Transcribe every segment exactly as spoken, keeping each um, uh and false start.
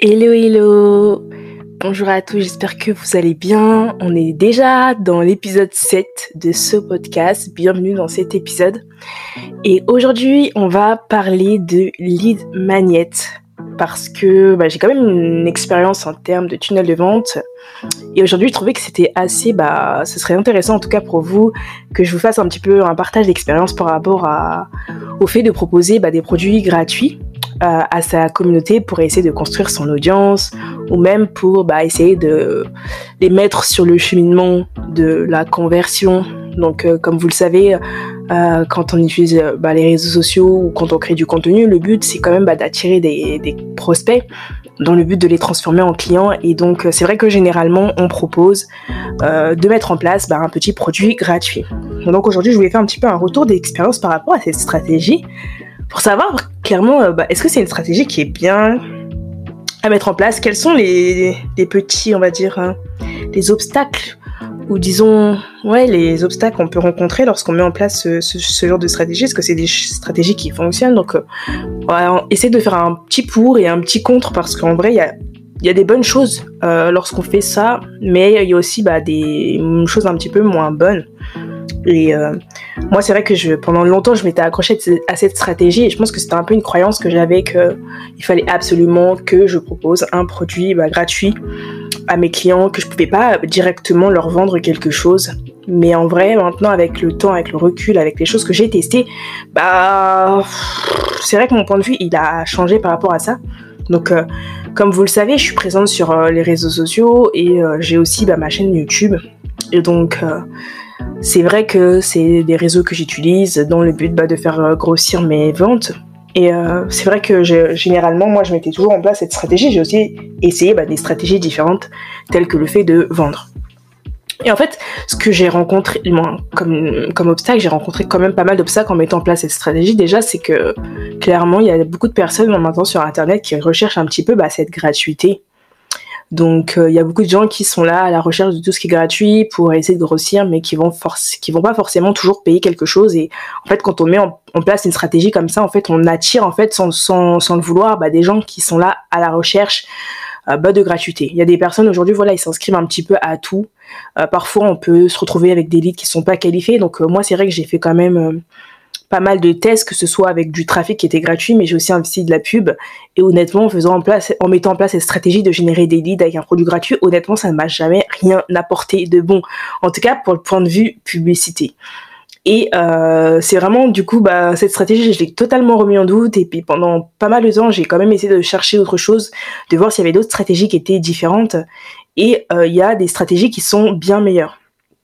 Hello, hello! Bonjour à tous, j'espère que vous allez bien. On est déjà dans l'épisode sept de ce podcast. Bienvenue dans cet épisode. Et aujourd'hui, on va parler de lead magnet parce que bah, j'ai quand même une expérience en termes de tunnel de vente. Et aujourd'hui, je trouvais que c'était assez, bah, ce serait intéressant en tout cas pour vous que je vous fasse un petit peu un partage d'expérience par rapport à, au fait de proposer bah, des produits gratuits euh, à sa communauté pour essayer de construire son audience ou même pour bah, essayer de les mettre sur le cheminement de la conversion. Donc, euh, comme vous le savez, euh, quand on utilise euh, bah, les réseaux sociaux ou quand on crée du contenu, le but c'est quand même bah, d'attirer des, des prospects dans le but de les transformer en clients. Et donc, c'est vrai que généralement, on propose euh, de mettre en place bah, un petit produit gratuit. Donc aujourd'hui, je voulais faire un petit peu un retour d'expérience par rapport à cette stratégie pour savoir clairement, euh, bah, est-ce que c'est une stratégie qui est bien à mettre en place? Quels sont les, les petits, on va dire, hein, les obstacles ou disons, ouais, les obstacles qu'on peut rencontrer lorsqu'on met en place ce, ce, ce genre de stratégie? Est-ce que c'est des stratégies qui fonctionnent? Donc, euh, ouais, on essaie de faire un petit pour et un petit contre parce qu'en vrai, il y a, y a des bonnes choses euh, lorsqu'on fait ça, mais il y a aussi bah, des choses un petit peu moins bonnes. Et euh, moi, c'est vrai que je, pendant longtemps, je m'étais accrochée à cette stratégie et je pense que c'était un peu une croyance que j'avais qu'il fallait absolument que je propose un produit bah, gratuit à mes clients, que je pouvais pas directement leur vendre quelque chose. Mais en vrai, maintenant, avec le temps, avec le recul, avec les choses que j'ai testées, bah, c'est vrai que mon point de vue, il a changé par rapport à ça. Donc, euh, comme vous le savez, je suis présente sur euh, les réseaux sociaux et euh, j'ai aussi bah, ma chaîne YouTube. Et donc, euh, c'est vrai que c'est des réseaux que j'utilise dans le but bah, de faire euh, grossir mes ventes. Et euh, c'est vrai que je, généralement, moi, je mettais toujours en place cette stratégie. J'ai aussi essayé bah, des stratégies différentes, telles que le fait de vendre. Et en fait, ce que j'ai rencontré, moi, comme, comme obstacle, j'ai rencontré quand même pas mal d'obstacles en mettant en place cette stratégie. Déjà, c'est que, clairement, il y a beaucoup de personnes maintenant sur Internet qui recherchent un petit peu bah, cette gratuité. Donc, il euh, y a beaucoup de gens qui sont là à la recherche de tout ce qui est gratuit pour essayer de grossir, mais qui vont forc- qui vont pas forcément toujours payer quelque chose. Et en fait, quand on met en, en place une stratégie comme ça, en fait, on attire en fait sans, sans, sans le vouloir bah, des gens qui sont là à la recherche euh, bah, de gratuité. Il y a des personnes aujourd'hui, voilà, ils s'inscrivent un petit peu à tout. Euh, parfois, on peut se retrouver avec des leads qui sont pas qualifiés. Donc, euh, moi, c'est vrai que j'ai fait quand même euh, pas mal de tests, que ce soit avec du trafic qui était gratuit, mais j'ai aussi investi de la pub. Et honnêtement, en faisant en place, en mettant en place cette stratégie de générer des leads avec un produit gratuit, honnêtement, ça ne m'a jamais rien apporté de bon. En tout cas, pour le point de vue publicité. Et euh, c'est vraiment, du coup, bah, cette stratégie, je l'ai totalement remis en doute. Et puis, pendant pas mal de temps, j'ai quand même essayé de chercher autre chose, de voir s'il y avait d'autres stratégies qui étaient différentes. Et il euh, y a des stratégies qui sont bien meilleures.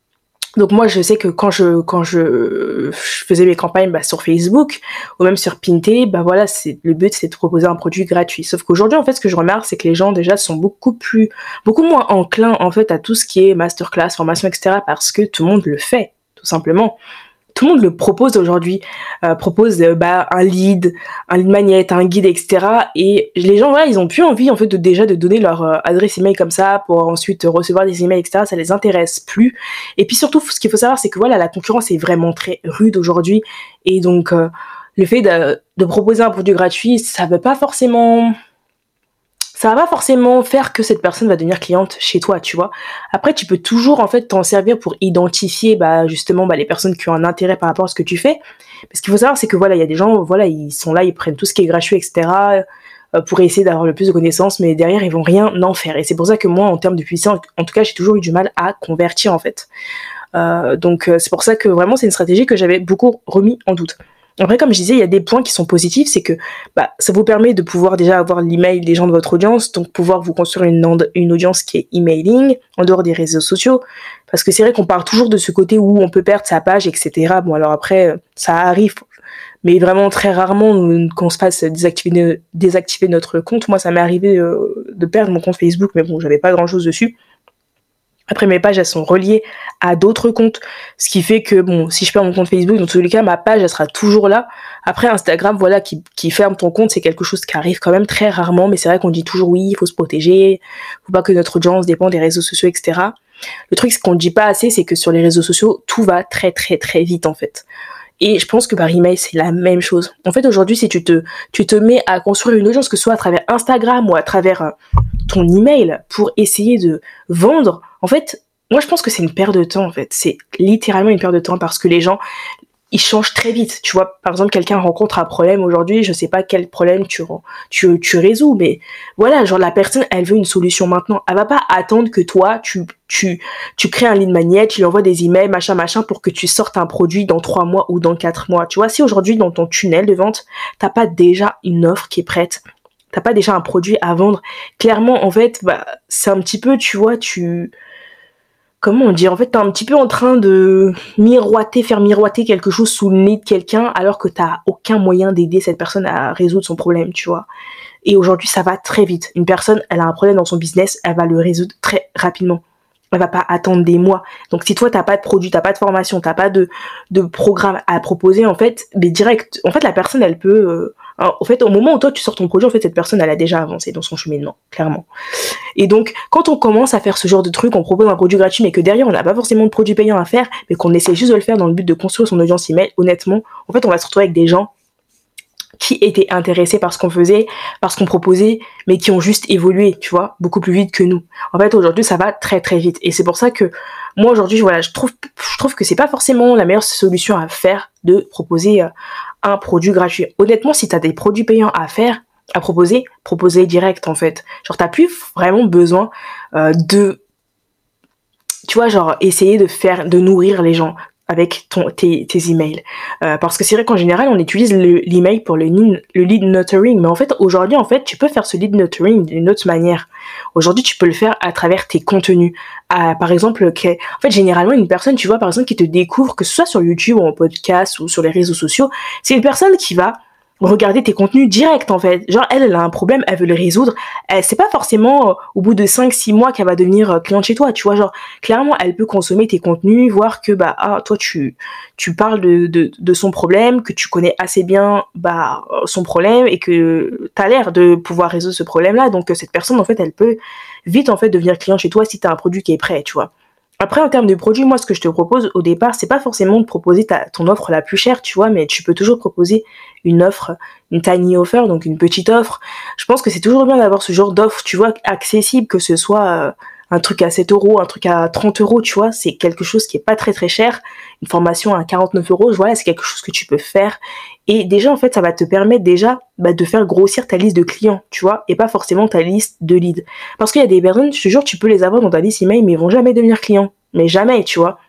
Donc moi, je sais que quand je quand je, je faisais mes campagnes bah, sur Facebook ou même sur Pinterest, bah voilà, c'est le but, c'est de proposer un produit gratuit. Sauf qu'aujourd'hui, en fait, ce que je remarque, c'est que les gens déjà sont beaucoup plus, beaucoup moins enclins en fait à tout ce qui est masterclass, formation, et cetera. Parce que tout le monde le fait, tout simplement. Tout le monde le propose aujourd'hui, euh, propose euh, bah, un lead, un lead magnet, un guide, et cetera. Et les gens, voilà, ils ont plus envie en fait de déjà de donner leur euh, adresse email comme ça pour ensuite recevoir des emails, et cetera. Ça les intéresse plus. Et puis surtout, ce qu'il faut savoir, c'est que voilà, la concurrence est vraiment très rude aujourd'hui. Et donc, euh, le fait de, de proposer un produit gratuit, ça veut pas forcément ça va pas forcément faire que cette personne va devenir cliente chez toi, tu vois. Après, tu peux toujours, en fait, t'en servir pour identifier, bah, justement, bah, les personnes qui ont un intérêt par rapport à ce que tu fais. Parce qu'il faut savoir, c'est que voilà, il y a des gens, voilà, ils sont là, ils prennent tout ce qui est gratuit, et cetera, euh, pour essayer d'avoir le plus de connaissances, mais derrière, ils vont rien en faire. Et c'est pour ça que moi, en termes de puissance, en tout cas, j'ai toujours eu du mal à convertir, en fait. Euh, donc, euh, c'est pour ça que vraiment, c'est une stratégie que j'avais beaucoup remis en doute. Après, comme je disais, il y a des points qui sont positifs, c'est que bah, ça vous permet de pouvoir déjà avoir l'email des gens de votre audience, donc pouvoir vous construire une, une audience qui est emailing, en dehors des réseaux sociaux, parce que c'est vrai qu'on part toujours de ce côté où on peut perdre sa page, et cetera. Bon, alors après, ça arrive, mais vraiment très rarement qu'on se fasse désactiver, désactiver notre compte. Moi, ça m'est arrivé euh, de perdre mon compte Facebook, mais bon, j'avais pas grand-chose dessus. Après, mes pages, elles sont reliées à d'autres comptes. Ce qui fait que, bon, si je perds mon compte Facebook, dans tous les cas, ma page, elle sera toujours là. Après, Instagram, voilà, qui, qui ferme ton compte, c'est quelque chose qui arrive quand même très rarement. Mais c'est vrai qu'on dit toujours, oui, il faut se protéger. Faut pas que notre audience dépende des réseaux sociaux, et cetera. Le truc, ce qu'on ne dit pas assez, c'est que sur les réseaux sociaux, tout va très, très, très vite, en fait. Et je pense que par email, c'est la même chose. En fait, aujourd'hui, si tu te, tu te mets à construire une audience, que ce soit à travers Instagram ou à travers euh, ton email pour essayer de vendre, en fait, moi, je pense que c'est une perte de temps, en fait. C'est littéralement une perte de temps parce que les gens, ils changent très vite. Tu vois, par exemple, quelqu'un rencontre un problème aujourd'hui, je sais pas quel problème tu, tu, tu résous, mais voilà, genre la personne, elle veut une solution maintenant. Elle va pas attendre que toi, tu, tu, tu crées un lead magnet, tu lui envoies des emails, machin, machin, pour que tu sortes un produit dans trois mois ou dans quatre mois. Tu vois, si aujourd'hui, dans ton tunnel de vente, t'as pas déjà une offre qui est prête, t'as pas déjà un produit à vendre, clairement, en fait, bah, c'est un petit peu, tu vois, tu... Comment on dit? En fait, t'es un petit peu en train de miroiter, faire miroiter quelque chose sous le nez de quelqu'un alors que t'as aucun moyen d'aider cette personne à résoudre son problème, tu vois. Et aujourd'hui, ça va très vite. Une personne, elle a un problème dans son business, elle va le résoudre très rapidement. Elle va pas attendre des mois. Donc, si toi, t'as pas de produit, t'as pas de formation, t'as pas de, de programme à proposer, en fait, mais direct, en fait, la personne, elle peut, euh, en fait, au moment où toi, tu sors ton produit, en fait, cette personne, elle a déjà avancé dans son cheminement, clairement. Et donc, quand on commence à faire ce genre de truc, on propose un produit gratuit, mais que derrière, on n'a pas forcément de produit payant à faire, mais qu'on essaie juste de le faire dans le but de construire son audience email, honnêtement, en fait, on va se retrouver avec des gens qui étaient intéressés par ce qu'on faisait, par ce qu'on proposait, mais qui ont juste évolué, tu vois, beaucoup plus vite que nous. En fait, aujourd'hui, ça va très très vite. Et c'est pour ça que moi, aujourd'hui, voilà, je trouve, je trouve que c'est pas forcément la meilleure solution à faire de proposer euh, un produit gratuit. Honnêtement, si t'as des produits payants à faire, à proposer, proposer direct, en fait. Genre, t'as plus vraiment besoin euh, de, tu vois, genre, essayer de faire, de nourrir les gens avec ton, tes, tes emails. Euh, parce que c'est vrai qu'en général, on utilise le, l'email pour le, le lead nurturing. Mais en fait, aujourd'hui, en fait, tu peux faire ce lead nurturing d'une autre manière. Aujourd'hui, tu peux le faire à travers tes contenus. À, par exemple, que, en fait, généralement, une personne, tu vois, par exemple, qui te découvre, que ce soit sur YouTube ou en podcast ou sur les réseaux sociaux, c'est une personne qui va regarder tes contenus directs, en fait. Genre, elle, elle a un problème, elle veut le résoudre. Elle, c'est pas forcément euh, au bout de cinq six mois qu'elle va devenir euh, cliente chez toi, tu vois. Genre, clairement, elle peut consommer tes contenus, voir que, bah, ah, toi, tu, tu parles de, de, de son problème, que tu connais assez bien, bah, son problème et que t'as l'air de pouvoir résoudre ce problème-là. Donc, cette personne, en fait, elle peut vite, en fait, devenir cliente chez toi si t'as un produit qui est prêt, tu vois. Après, en termes de produits, moi, ce que je te propose au départ, c'est pas forcément de proposer ta, ton offre la plus chère, tu vois, mais tu peux toujours proposer une offre, une tiny offer, donc une petite offre. Je pense que c'est toujours bien d'avoir ce genre d'offre, tu vois, accessible, que ce soit euh, un truc à sept euros, un truc à trente euros, tu vois, c'est quelque chose qui est pas très très cher. Une formation à quarante-neuf euros, voilà, c'est quelque chose que tu peux faire. Et déjà, en fait, ça va te permettre déjà bah, de faire grossir ta liste de clients, tu vois, et pas forcément ta liste de leads. Parce qu'il y a des personnes, je te jure, tu peux les avoir dans ta liste email, mais ils vont jamais devenir clients. Mais jamais, tu vois.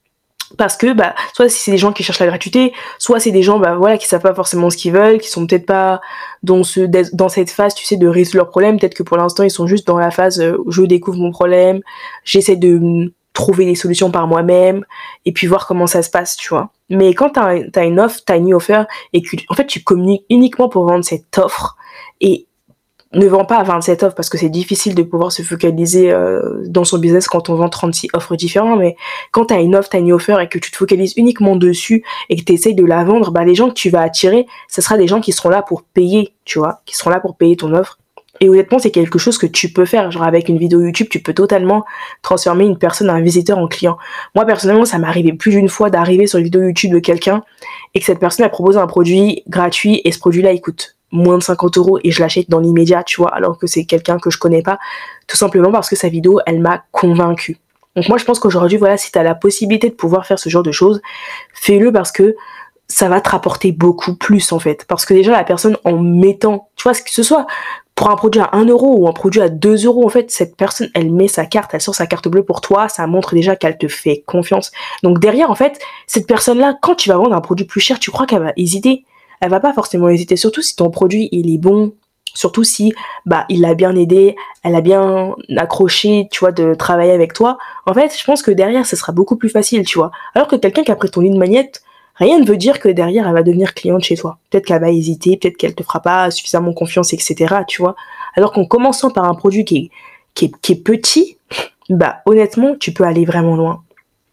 Parce que, bah, soit c'est des gens qui cherchent la gratuité, soit c'est des gens, bah, voilà, qui savent pas forcément ce qu'ils veulent, qui sont peut-être pas dans ce, dans cette phase, tu sais, de résoudre leurs problèmes. Peut-être que pour l'instant, ils sont juste dans la phase, euh, je découvre mon problème, j'essaie de trouver des solutions par moi-même, et puis voir comment ça se passe, tu vois. Mais quand t'as, t'as une offre, t'as une offer, et que, en fait, tu communiques uniquement pour vendre cette offre, et ne vend pas à vingt-sept offres parce que c'est difficile de pouvoir se focaliser euh, dans son business quand on vend trente-six offres différentes, mais quand tu as une offre, tu as une offer et que tu te focalises uniquement dessus et que tu essayes de la vendre, bah les gens que tu vas attirer, ce sera des gens qui seront là pour payer, tu vois, qui seront là pour payer ton offre. Et honnêtement, c'est quelque chose que tu peux faire. Genre avec une vidéo YouTube, tu peux totalement transformer une personne, un visiteur en client. Moi, personnellement, ça m'est arrivé plus d'une fois d'arriver sur une vidéo YouTube de quelqu'un et que cette personne a proposé un produit gratuit et ce produit-là, il coûte moins de cinquante euros et je l'achète dans l'immédiat, tu vois, alors que c'est quelqu'un que je connais pas, tout simplement parce que sa vidéo, elle m'a convaincue. Donc moi, je pense qu'aujourd'hui, voilà, si t'as la possibilité de pouvoir faire ce genre de choses, fais-le parce que ça va te rapporter beaucoup plus, en fait. Parce que déjà, la personne, en mettant, tu vois, que ce soit pour un produit à un euro ou un produit à deux euros, en fait, cette personne, elle met sa carte, elle sort sa carte bleue pour toi, ça montre déjà qu'elle te fait confiance. Donc derrière, en fait, cette personne-là, quand tu vas vendre un produit plus cher, tu crois qu'elle va hésiter? Elle va pas forcément hésiter, surtout si ton produit, il est bon, surtout si, bah, il l'a bien aidé, elle a bien accroché, tu vois, de travailler avec toi. En fait, je pense que derrière, ce sera beaucoup plus facile, tu vois. Alors que quelqu'un qui a pris ton lead magnet, rien ne veut dire que derrière, elle va devenir cliente chez toi. Peut-être qu'elle va hésiter, peut-être qu'elle te fera pas suffisamment confiance, et cetera, tu vois. Alors qu'en commençant par un produit qui est, qui est, qui est petit, bah, honnêtement, tu peux aller vraiment loin,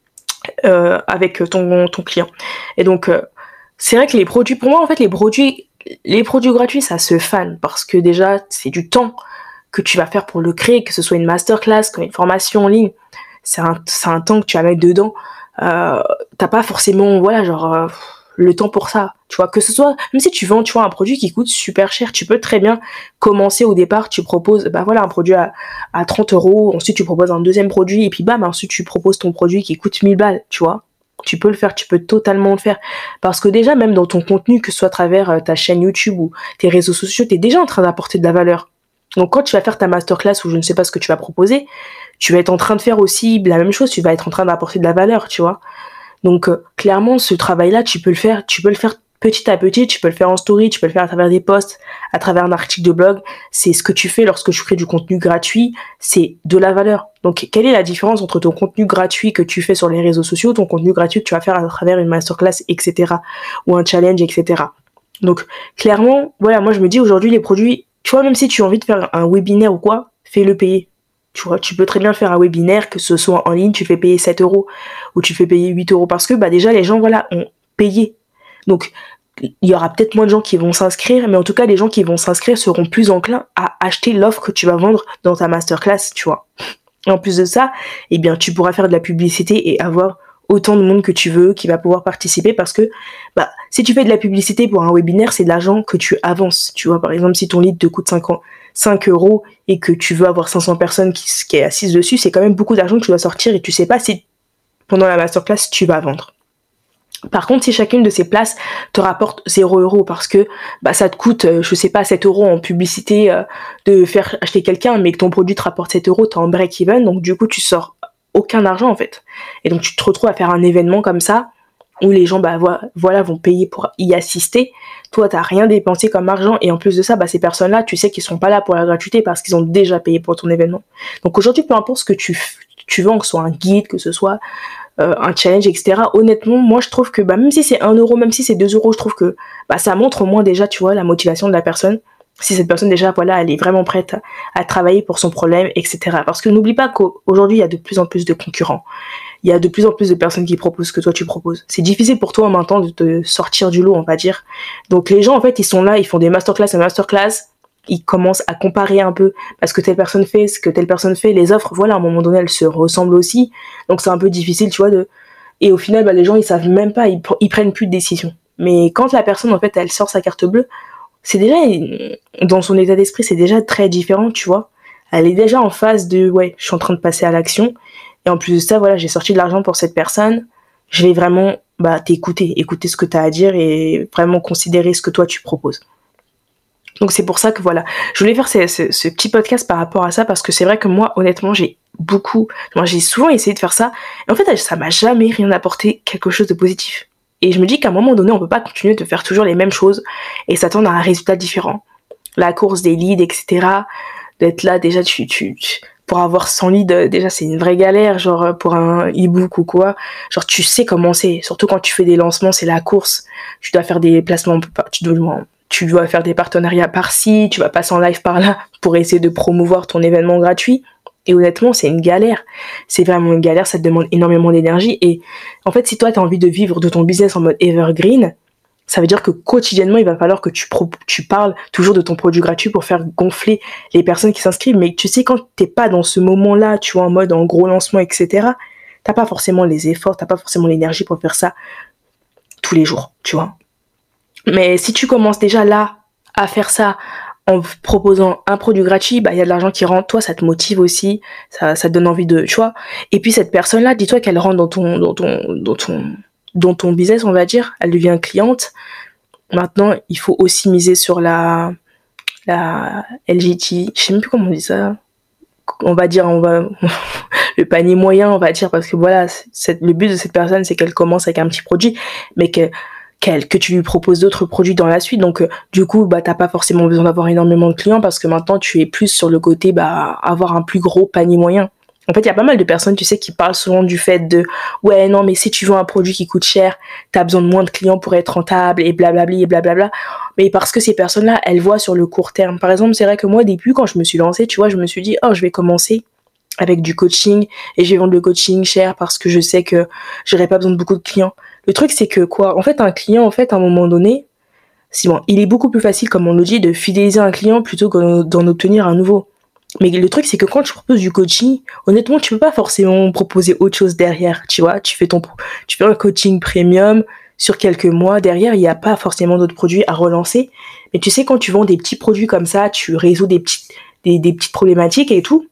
euh, avec ton, ton client. Et donc, euh, c'est vrai que les produits, pour moi, en fait, les produits, les produits gratuits, ça se fane parce que déjà, c'est du temps que tu vas faire pour le créer, que ce soit une masterclass, comme une formation en ligne. C'est un, c'est un temps que tu vas mettre dedans. Euh, t'as pas forcément, voilà, genre, euh, le temps pour ça, tu vois, que ce soit, même si tu vends, tu vois, un produit qui coûte super cher, tu peux très bien commencer au départ, tu proposes, bah voilà, un produit à, à trente euros, ensuite tu proposes un deuxième produit, et puis bam, ensuite tu proposes ton produit qui coûte mille balles, tu vois. Tu peux le faire, tu peux totalement le faire. Parce que déjà, même dans ton contenu, que ce soit à travers euh, ta chaîne YouTube ou tes réseaux sociaux, t'es déjà en train d'apporter de la valeur. Donc quand tu vas faire ta masterclass ou je ne sais pas ce que tu vas proposer, tu vas être en train de faire aussi la même chose, tu vas être en train d'apporter de la valeur, tu vois. Donc euh, clairement, ce travail-là, tu peux le faire, tu peux le faire petit à petit, tu peux le faire en story, tu peux le faire à travers des posts, à travers un article de blog. C'est ce que tu fais lorsque tu crées du contenu gratuit, c'est de la valeur. Donc quelle est la différence entre ton contenu gratuit que tu fais sur les réseaux sociaux, ton contenu gratuit que tu vas faire à travers une masterclass, et cetera, ou un challenge, et cetera. Donc clairement, voilà, moi je me dis aujourd'hui les produits, tu vois, même si tu as envie de faire un webinaire ou quoi, fais-le payer. Tu vois, tu peux très bien faire un webinaire, que ce soit en ligne, tu fais payer sept euros ou tu fais payer huit euros parce que bah déjà les gens voilà ont payé. Donc il y aura peut-être moins de gens qui vont s'inscrire, mais en tout cas les gens qui vont s'inscrire seront plus enclins à acheter l'offre que tu vas vendre dans ta masterclass, tu vois. Et en plus de ça, eh bien tu pourras faire de la publicité et avoir autant de monde que tu veux qui va pouvoir participer parce que bah si tu fais de la publicité pour un webinaire, c'est de l'argent que tu avances, tu vois. Par exemple, si ton lead te coûte cinq euros et que tu veux avoir cinq cents personnes qui, qui est assises dessus, c'est quand même beaucoup d'argent que tu dois sortir et tu sais pas si pendant la masterclass tu vas vendre. Par contre, si chacune de ces places te rapporte zéro euro parce que bah ça te coûte, je sais pas, sept euros en publicité euh, de faire acheter quelqu'un, mais que ton produit te rapporte sept euros, t'es en break-even, donc du coup tu sors aucun argent en fait. Et donc tu te retrouves à faire un événement comme ça, où les gens bah voilà vont payer pour y assister. Toi t'as rien dépensé comme argent, et en plus de ça, bah ces personnes-là, tu sais qu'ils sont pas là pour la gratuité parce qu'ils ont déjà payé pour ton événement. Donc aujourd'hui, peu importe ce que tu, tu vends, que ce soit un guide, que ce soit Euh, un challenge, et cetera. Honnêtement, moi je trouve que bah, même si c'est un euro, même si c'est deux euros, je trouve que bah, ça montre au moins déjà, tu vois, la motivation de la personne. Si cette personne déjà, voilà, elle est vraiment prête à, à travailler pour son problème, et cetera. Parce que n'oublie pas qu'aujourd'hui, il y a de plus en plus de concurrents. Il y a de plus en plus de personnes qui proposent ce que toi tu proposes. C'est difficile pour toi maintenant de te sortir du lot, on va dire. Donc les gens, en fait, ils sont là, ils font des masterclass et masterclass. Ils commencent à comparer un peu parce que telle personne fait, ce que telle personne fait, les offres, voilà, à un moment donné, elles se ressemblent aussi. Donc c'est un peu difficile, tu vois, de... Et au final, bah, les gens, ils savent même pas, ils, ils prennent plus de décision. Mais quand la personne, en fait, elle sort sa carte bleue, c'est déjà, dans son état d'esprit, c'est déjà très différent, tu vois. Elle est déjà en phase de, ouais, je suis en train de passer à l'action. Et en plus de ça, voilà, j'ai sorti de l'argent pour cette personne. Je vais vraiment, bah, t'écouter, écouter ce que t'as à dire et vraiment considérer ce que toi, tu proposes. Donc c'est pour ça que voilà, je voulais faire ce, ce, ce petit podcast par rapport à ça parce que c'est vrai que moi honnêtement j'ai beaucoup, moi j'ai souvent essayé de faire ça et en fait ça m'a jamais rien apporté quelque chose de positif. Et je me dis qu'à un moment donné on peut pas continuer de faire toujours les mêmes choses et s'attendre à un résultat différent. La course des leads, et cetera. D'être là déjà tu, tu, tu pour avoir cent leads déjà c'est une vraie galère, genre pour un e-book ou quoi. Genre tu sais comment c'est, surtout quand tu fais des lancements c'est la course. Tu dois faire des placements, tu dois tu dois faire des partenariats par-ci, tu vas passer en live par-là pour essayer de promouvoir ton événement gratuit. Et honnêtement, c'est une galère. C'est vraiment une galère, ça te demande énormément d'énergie. Et en fait, si toi, tu as envie de vivre de ton business en mode evergreen, ça veut dire que quotidiennement, il va falloir que tu, pro- tu parles toujours de ton produit gratuit pour faire gonfler les personnes qui s'inscrivent. Mais tu sais, quand t'es pas dans ce moment-là, tu vois, en mode en gros lancement, et cetera, t'as pas forcément les efforts, t'as pas forcément l'énergie pour faire ça tous les jours, tu vois. Mais si tu commences déjà là à faire ça en proposant un produit gratuit, bah il y a de l'argent qui rentre, toi ça te motive aussi, ça ça te donne envie de, tu vois. Et puis cette personne là, dis-toi qu'elle rentre dans ton dans ton dans ton dans ton business, on va dire, elle devient cliente. Maintenant, il faut aussi miser sur la la L G T, je sais même plus comment on dit ça. On va dire on va le panier moyen, on va dire parce que voilà, c'est, le but de cette personne c'est qu'elle commence avec un petit produit mais que Qu'elle, que tu lui proposes d'autres produits dans la suite. Donc, euh, du coup, bah, t'as pas forcément besoin d'avoir énormément de clients parce que maintenant, tu es plus sur le côté, bah, avoir un plus gros panier moyen. En fait, il y a pas mal de personnes, tu sais, qui parlent souvent du fait de, ouais, non, mais si tu vends un produit qui coûte cher, t'as besoin de moins de clients pour être rentable et blablabli et blablabla. Mais parce que ces personnes-là, elles voient sur le court terme. Par exemple, c'est vrai que moi, au début, quand je me suis lancée, tu vois, je me suis dit, oh, je vais commencer avec du coaching et je vais vendre le coaching cher parce que je sais que j'aurai pas besoin de beaucoup de clients. Le truc, c'est que quoi, en fait, un client, en fait, à un moment donné, c'est bon, il est beaucoup plus facile, comme on le dit, de fidéliser un client plutôt que d'en obtenir un nouveau. Mais le truc, c'est que quand tu proposes du coaching, honnêtement, tu peux pas forcément proposer autre chose derrière, tu vois. Tu fais ton, tu fais un coaching premium, sur quelques mois, derrière, il n'y a pas forcément d'autres produits à relancer. Mais tu sais, quand tu vends des petits produits comme ça, tu résous des petites, des, des petites problématiques et tout,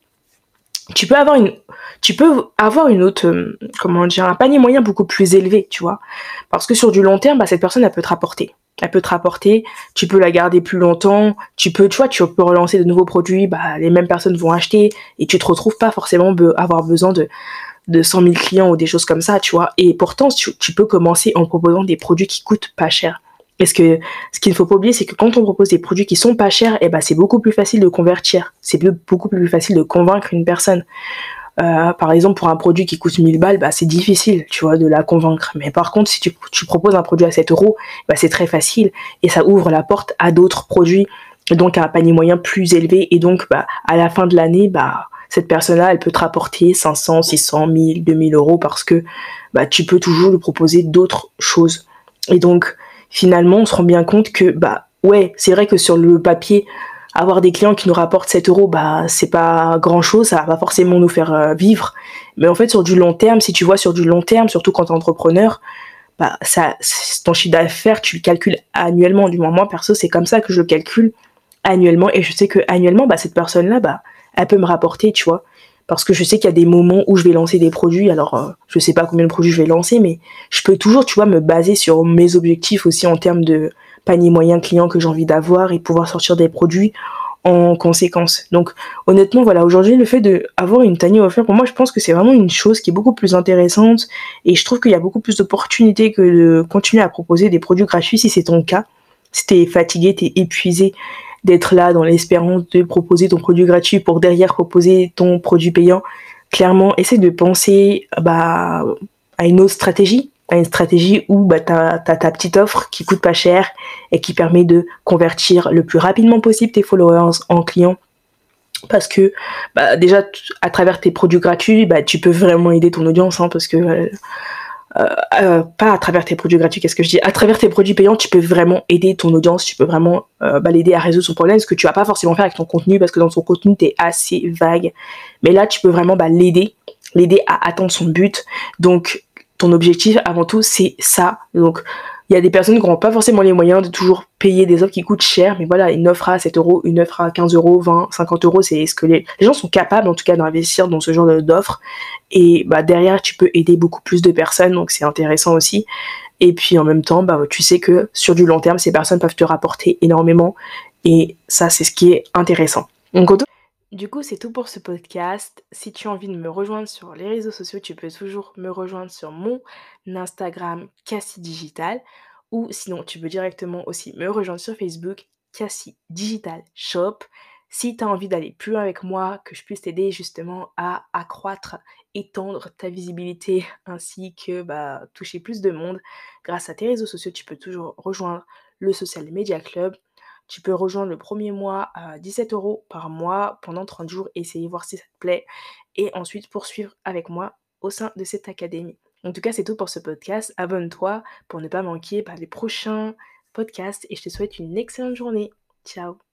tu peux avoir une, tu peux avoir une autre, euh, comment dire, un panier moyen beaucoup plus élevé, tu vois. Parce que sur du long terme, bah, cette personne, elle peut te rapporter. Elle peut te rapporter, tu peux la garder plus longtemps, tu peux, tu vois, tu peux relancer de nouveaux produits, bah, les mêmes personnes vont acheter et tu te retrouves pas forcément be- avoir besoin de, de cent mille clients ou des choses comme ça, tu vois. Et pourtant, tu, tu peux commencer en proposant des produits qui coûtent pas cher. Parce que ce qu'il ne faut pas oublier, c'est que quand on propose des produits qui sont pas chers, eh ben, c'est beaucoup plus facile de convertir. C'est beaucoup plus facile de convaincre une personne. Euh, par exemple, pour un produit qui coûte mille balles, bah, c'est difficile, tu vois, de la convaincre. Mais par contre, si tu, tu proposes un produit à sept euros, bah, c'est très facile et ça ouvre la porte à d'autres produits, donc à un panier moyen plus élevé. Et donc, bah, à la fin de l'année, bah, cette personne-là, elle peut te rapporter cinq cents, six cents, mille, deux mille euros parce que bah, tu peux toujours lui proposer d'autres choses. Et donc, finalement, on se rend bien compte que, bah, ouais, c'est vrai que sur le papier, avoir des clients qui nous rapportent sept euros, bah, c'est pas grand chose, ça va pas forcément nous faire euh, vivre. Mais en fait, sur du long terme, si tu vois sur du long terme, surtout quand t'es entrepreneur, bah, ça, ton chiffre d'affaires, tu le calcules annuellement. Du moins, moi, perso, c'est comme ça que je le calcule annuellement. Et je sais que annuellement, bah, cette personne-là, bah, elle peut me rapporter, tu vois. Parce que je sais qu'il y a des moments où je vais lancer des produits. Alors, euh, je sais pas combien de produits je vais lancer, mais je peux toujours, tu vois, me baser sur mes objectifs aussi en termes de panier moyen client que j'ai envie d'avoir et pouvoir sortir des produits en conséquence. Donc, honnêtement, voilà, aujourd'hui, le fait d'avoir une tiny offer, pour moi, je pense que c'est vraiment une chose qui est beaucoup plus intéressante et je trouve qu'il y a beaucoup plus d'opportunités que de continuer à proposer des produits gratuits si c'est ton cas. Si t'es fatigué, t'es épuisé d'être là dans l'espérance de proposer ton produit gratuit pour derrière proposer ton produit payant, clairement, essaie de penser bah, à une autre stratégie, à une stratégie où bah, tu as ta petite offre qui coûte pas cher et qui permet de convertir le plus rapidement possible tes followers en clients. Parce que bah, déjà, à travers tes produits gratuits, bah, tu peux vraiment aider ton audience, hein, parce que euh, euh, euh, pas à travers tes produits gratuits, qu'est-ce que je dis, à travers tes produits payants, tu peux vraiment aider ton audience, tu peux vraiment euh, bah, l'aider à résoudre son problème, ce que tu vas pas forcément faire avec ton contenu, parce que dans ton contenu, tu es assez vague. Mais là, tu peux vraiment bah, l'aider, l'aider à atteindre son but. Donc, ton objectif, avant tout, c'est ça. Donc, il y a des personnes qui n'ont pas forcément les moyens de toujours payer des offres qui coûtent cher, mais voilà, une offre à sept euros, une offre à quinze euros, vingt, cinquante euros, c'est ce que les, les gens sont capables, en tout cas, d'investir dans ce genre d'offres. Et bah, derrière, tu peux aider beaucoup plus de personnes, donc c'est intéressant aussi. Et puis en même temps, bah, tu sais que sur du long terme, ces personnes peuvent te rapporter énormément. Et ça, c'est ce qui est intéressant. Donc, du coup, c'est tout pour ce podcast. Si tu as envie de me rejoindre sur les réseaux sociaux, tu peux toujours me rejoindre sur mon Instagram Cassie Digital ou sinon tu peux directement aussi me rejoindre sur Facebook Cassie Digital Shop. Si tu as envie d'aller plus loin avec moi, que je puisse t'aider justement à accroître, étendre ta visibilité ainsi que bah, toucher plus de monde grâce à tes réseaux sociaux, tu peux toujours rejoindre le Social Media Club. Tu peux rejoindre le premier mois à dix-sept euros par mois pendant trente jours, essayer voir si ça te plaît et ensuite poursuivre avec moi au sein de cette académie. En tout cas, c'est tout pour ce podcast. Abonne-toi pour ne pas manquer bah, les prochains podcasts et je te souhaite une excellente journée. Ciao.